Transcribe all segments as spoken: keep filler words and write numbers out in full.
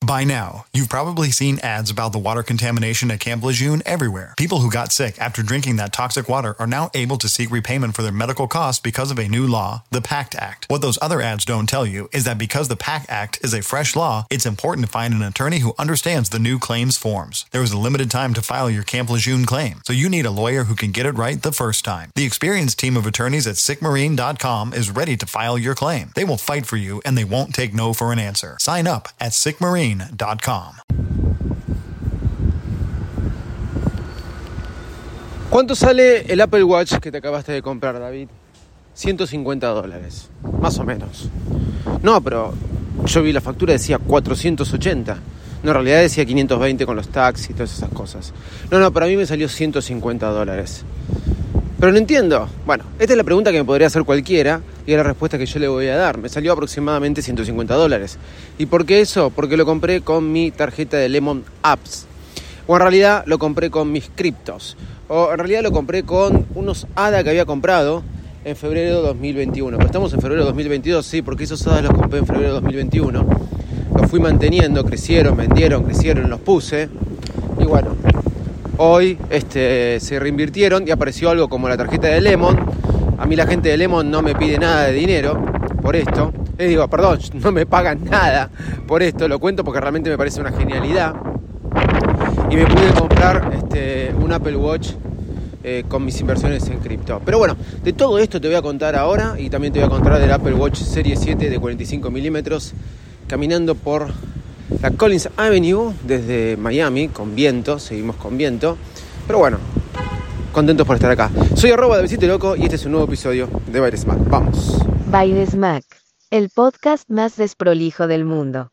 By now, you've probably seen ads about the water contamination at Camp Lejeune everywhere. People who got sick after drinking that toxic water are now able to seek repayment for their medical costs because of a new law, the PACT Act. What those other ads don't tell you is that because the PACT Act is a fresh law, it's important to find an attorney who understands the new claims forms. There is a limited time to file your Camp Lejeune claim, so you need a lawyer who can get it right the first time. The experienced team of attorneys at sick marine dot com is ready to file your claim. They will fight for you and they won't take no for an answer. Sign up at sick marine dot com. ¿Cuánto sale el Apple Watch que te acabaste de comprar, David? ciento cincuenta dólares, más o menos. No, pero yo vi la factura, decía cuatrocientos ochenta. No, en realidad decía quinientos veinte con los taxis y todas esas cosas. No, no, para mí me salió ciento cincuenta dólares. Pero no entiendo. Bueno, esta es la pregunta que me podría hacer cualquiera y es la respuesta que yo le voy a dar. Me salió aproximadamente ciento cincuenta dólares. ¿Y por qué eso? Porque lo compré con mi tarjeta de Lemon Apps. O en realidad lo compré con mis criptos. O en realidad lo compré con unos A D A que había comprado en febrero de dos mil veintiuno. Pero estamos en febrero de dos mil veintidós, sí, porque esos A D A los compré en febrero de dos mil veintiuno. Los fui manteniendo, crecieron, vendieron, crecieron, los puse. Y bueno, hoy este, se reinvirtieron y apareció algo como la tarjeta de Lemon. A mí la gente de Lemon no me pide nada de dinero por esto. Les digo, perdón, no me pagan nada por esto. Lo cuento porque realmente me parece una genialidad. Y me pude comprar este, un Apple Watch eh, con mis inversiones en cripto. Pero bueno, de todo esto te voy a contar ahora. Y también te voy a contar del Apple Watch Serie siete de cuarenta y cinco milímetros. Caminando por la Collins Avenue desde Miami, con viento, seguimos con viento. Pero bueno, contentos por estar acá. Soy arroba de Besito Loco y este es un nuevo episodio de By The Smack. Vamos. By The Smack, el podcast más desprolijo del mundo.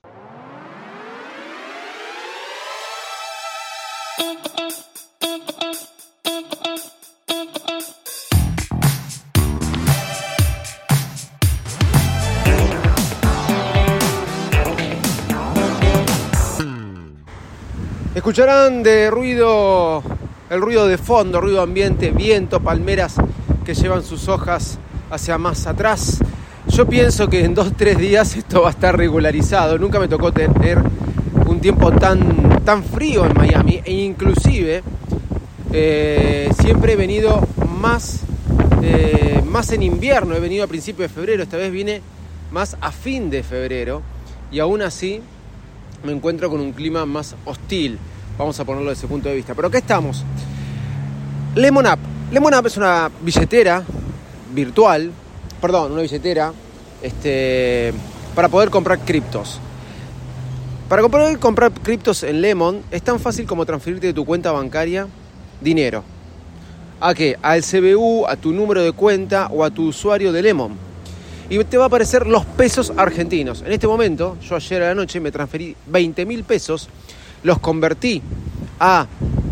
Escucharán de ruido, el ruido de fondo, ruido ambiente, viento, palmeras que llevan sus hojas hacia más atrás. Yo pienso que en dos o tres días esto va a estar regularizado. Nunca me tocó tener un tiempo tan, tan frío en Miami e inclusive eh, siempre he venido más, eh, más en invierno. He venido a principios de febrero, esta vez vine más a fin de febrero y aún así me encuentro con un clima más hostil. Vamos a ponerlo desde ese punto de vista. Pero acá estamos. Lemon App. Lemon App es una billetera virtual, perdón, una billetera este, para poder comprar criptos. Para poder comprar criptos en Lemon es tan fácil como transferirte de tu cuenta bancaria dinero. ¿A qué? Al C B U, a tu número de cuenta o a tu usuario de Lemon. Y te va a aparecer los pesos argentinos. En este momento, yo ayer a la noche me transferí veinte mil pesos, los convertí a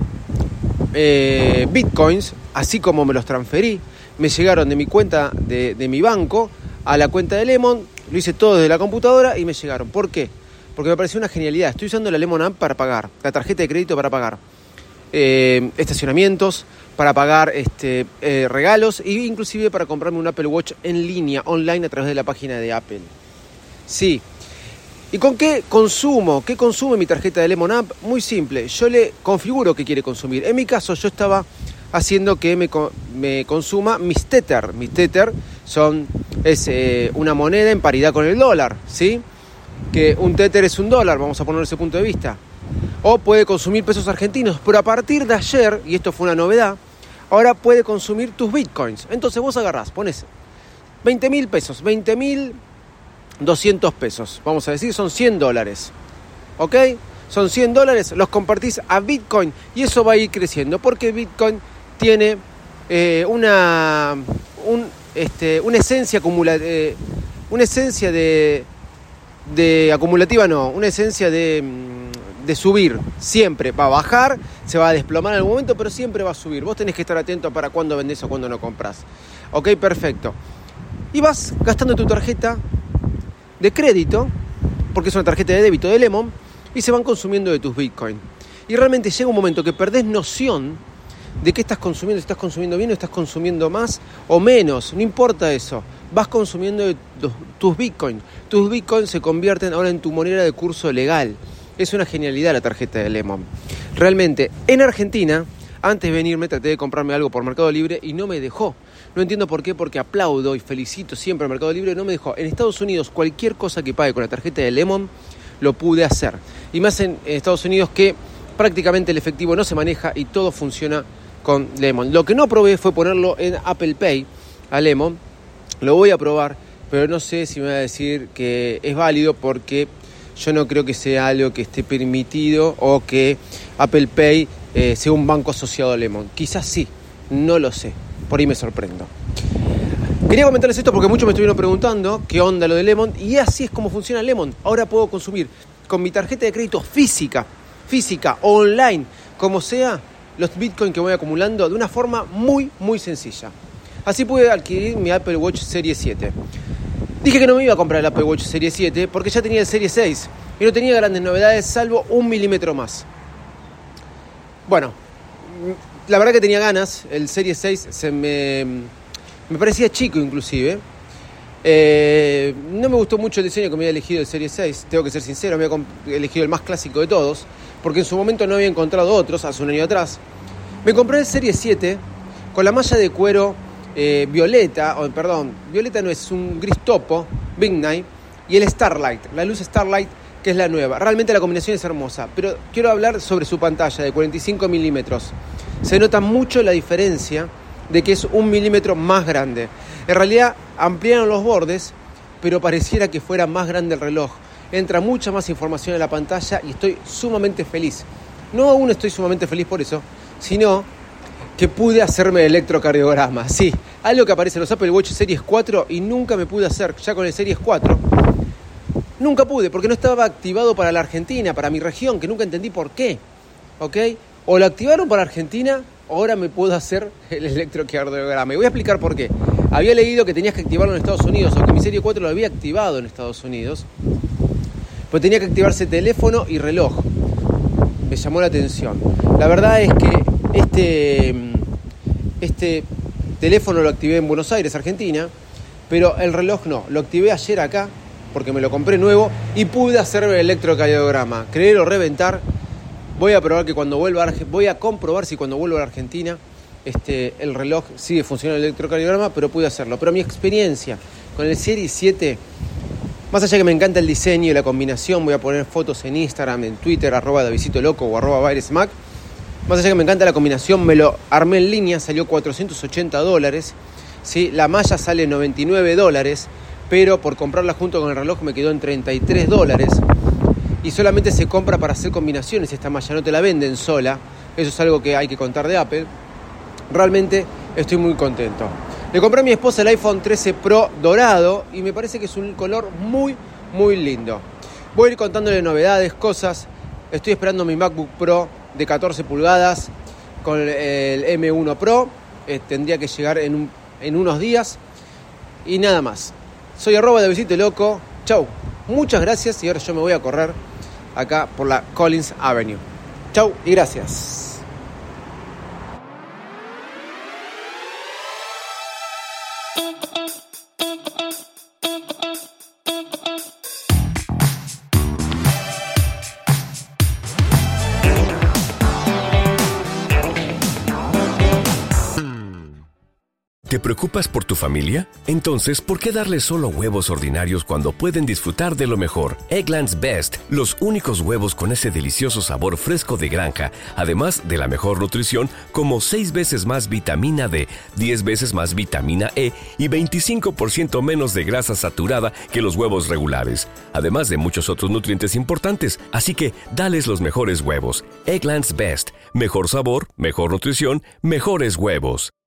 eh, bitcoins, así como me los transferí, me llegaron de mi cuenta, de, de mi banco, a la cuenta de Lemon, lo hice todo desde la computadora y me llegaron. ¿Por qué? Porque me pareció una genialidad. Estoy usando la Lemon App para pagar, la tarjeta de crédito para pagar eh, estacionamientos, para pagar este, eh, regalos e inclusive para comprarme un Apple Watch en línea, online, a través de la página de Apple. Sí. ¿Y con qué consumo? ¿Qué consume mi tarjeta de Lemon App? Muy simple. Yo le configuro qué quiere consumir. En mi caso, yo estaba haciendo que me, me consuma mis Tether. Mis Tether son, es eh, una moneda en paridad con el dólar, ¿sí? Que un Tether es un dólar, vamos a poner ese punto de vista. O puede consumir pesos argentinos. Pero a partir de ayer, y esto fue una novedad, ahora puede consumir tus bitcoins. Entonces vos agarrás, pones veinte mil pesos, veinte mil doscientos pesos. Vamos a decir, son cien dólares. ¿Ok? Son cien dólares, los compartís a Bitcoin y eso va a ir creciendo. Porque Bitcoin tiene eh, una, un, este, una esencia acumulativa, eh, una esencia de, de acumulativa, no, una esencia de... de subir, siempre va a bajar, se va a desplomar en algún momento, pero siempre va a subir. Vos tenés que estar atento para cuándo vendés o cuándo no compras. Ok, perfecto. Y vas gastando tu tarjeta de crédito, porque es una tarjeta de débito de Lemon, y se van consumiendo de tus Bitcoin. Y realmente llega un momento que perdés noción de qué estás consumiendo, si estás consumiendo bien o estás consumiendo más o menos, no importa eso. Vas consumiendo de tus, tus Bitcoin. Tus Bitcoin se convierten ahora en tu moneda de curso legal. Es una genialidad la tarjeta de Lemon. Realmente, en Argentina, antes de venirme traté de comprarme algo por Mercado Libre y no me dejó. No entiendo por qué, porque aplaudo y felicito siempre a Mercado Libre, no me dejó. En Estados Unidos, cualquier cosa que pague con la tarjeta de Lemon, lo pude hacer. Y más en Estados Unidos, que prácticamente el efectivo no se maneja y todo funciona con Lemon. Lo que no probé fue ponerlo en Apple Pay a Lemon. Lo voy a probar, pero no sé si me va a decir que es válido, porque yo no creo que sea algo que esté permitido o que Apple Pay eh, sea un banco asociado a Lemon. Quizás sí, no lo sé. Por ahí me sorprendo. Quería comentarles esto porque muchos me estuvieron preguntando qué onda lo de Lemon, y así es como funciona Lemon. Ahora puedo consumir con mi tarjeta de crédito física, física, online, como sea, los Bitcoin que voy acumulando de una forma muy, muy sencilla. Así pude adquirir mi Apple Watch Series siete. Dije que no me iba a comprar el Apple Watch Series siete porque ya tenía el Series seis y no tenía grandes novedades salvo un milímetro más. Bueno, la verdad que tenía ganas. El Series seis se me, me parecía chico inclusive. Eh, no me gustó mucho el diseño que me había elegido el Series seis, tengo que ser sincero, me había elegido el más clásico de todos, porque en su momento no había encontrado otros hace un año atrás. Me compré el Series siete con la malla de cuero eh, violeta, o perdón, violeta no, es un gris topo, Midnight, y el Starlight, la luz Starlight, que es la nueva. Realmente la combinación es hermosa, pero quiero hablar sobre su pantalla de cuarenta y cinco milímetros. Se nota mucho la diferencia de que es un milímetro más grande. En realidad ampliaron los bordes, pero pareciera que fuera más grande el reloj. Entra mucha más información en la pantalla y estoy sumamente feliz. No aún estoy sumamente feliz por eso, sino que pude hacerme el electrocardiograma. Sí, algo que aparece en los Apple Watch Series cuatro y nunca me pude hacer. Ya con el Series cuatro nunca pude, porque no estaba activado para la Argentina, para mi región, que nunca entendí por qué. ¿Ok? O lo activaron para Argentina, ahora me puedo hacer el electrocardiograma. Y voy a explicar por qué. Había leído que tenías que activarlo en Estados Unidos, aunque mi Serie cuatro lo había activado en Estados Unidos. Pero tenía que activarse teléfono y reloj. Me llamó la atención. La verdad es que este, este teléfono lo activé en Buenos Aires, Argentina, pero el reloj no. Lo activé ayer acá, porque me lo compré nuevo, y pude hacerme el electrocardiograma. Creer o reventar. Voy a probar que cuando vuelva a Argentina, voy a comprobar si cuando vuelva a Argentina este, el reloj sigue funcionando el electrocardiograma, pero pude hacerlo. Pero mi experiencia con el Series siete, más allá que me encanta el diseño y la combinación, voy a poner fotos en Instagram, en Twitter, arroba Davidcito Loco o arroba Bairesmac. Más allá que me encanta la combinación, me lo armé en línea, salió cuatrocientos ochenta dólares. ¿Sí? La malla sale noventa y nueve dólares, pero por comprarla junto con el reloj me quedó en treinta y tres dólares. Y solamente se compra para hacer combinaciones esta malla, no te la venden sola. Eso es algo que hay que contar de Apple. Realmente estoy muy contento. Le compré a mi esposa el iPhone trece Pro dorado y me parece que es un color muy, muy lindo. Voy a ir contándole novedades, cosas. Estoy esperando mi MacBook Pro de catorce pulgadas con el M uno Pro. Eh, tendría que llegar en, un, en unos días. Y nada más. Soy arroba Davidcito Loco. Chau. Muchas gracias y ahora yo me voy a correr acá por la Collins Avenue. Chau y gracias. ¿Te preocupas por tu familia? Entonces, ¿por qué darles solo huevos ordinarios cuando pueden disfrutar de lo mejor? Eggland's Best, los únicos huevos con ese delicioso sabor fresco de granja, además de la mejor nutrición, como seis veces más vitamina D, diez veces más vitamina E y veinticinco por ciento menos de grasa saturada que los huevos regulares, además de muchos otros nutrientes importantes. Así que, dales los mejores huevos. Eggland's Best, mejor sabor, mejor nutrición, mejores huevos.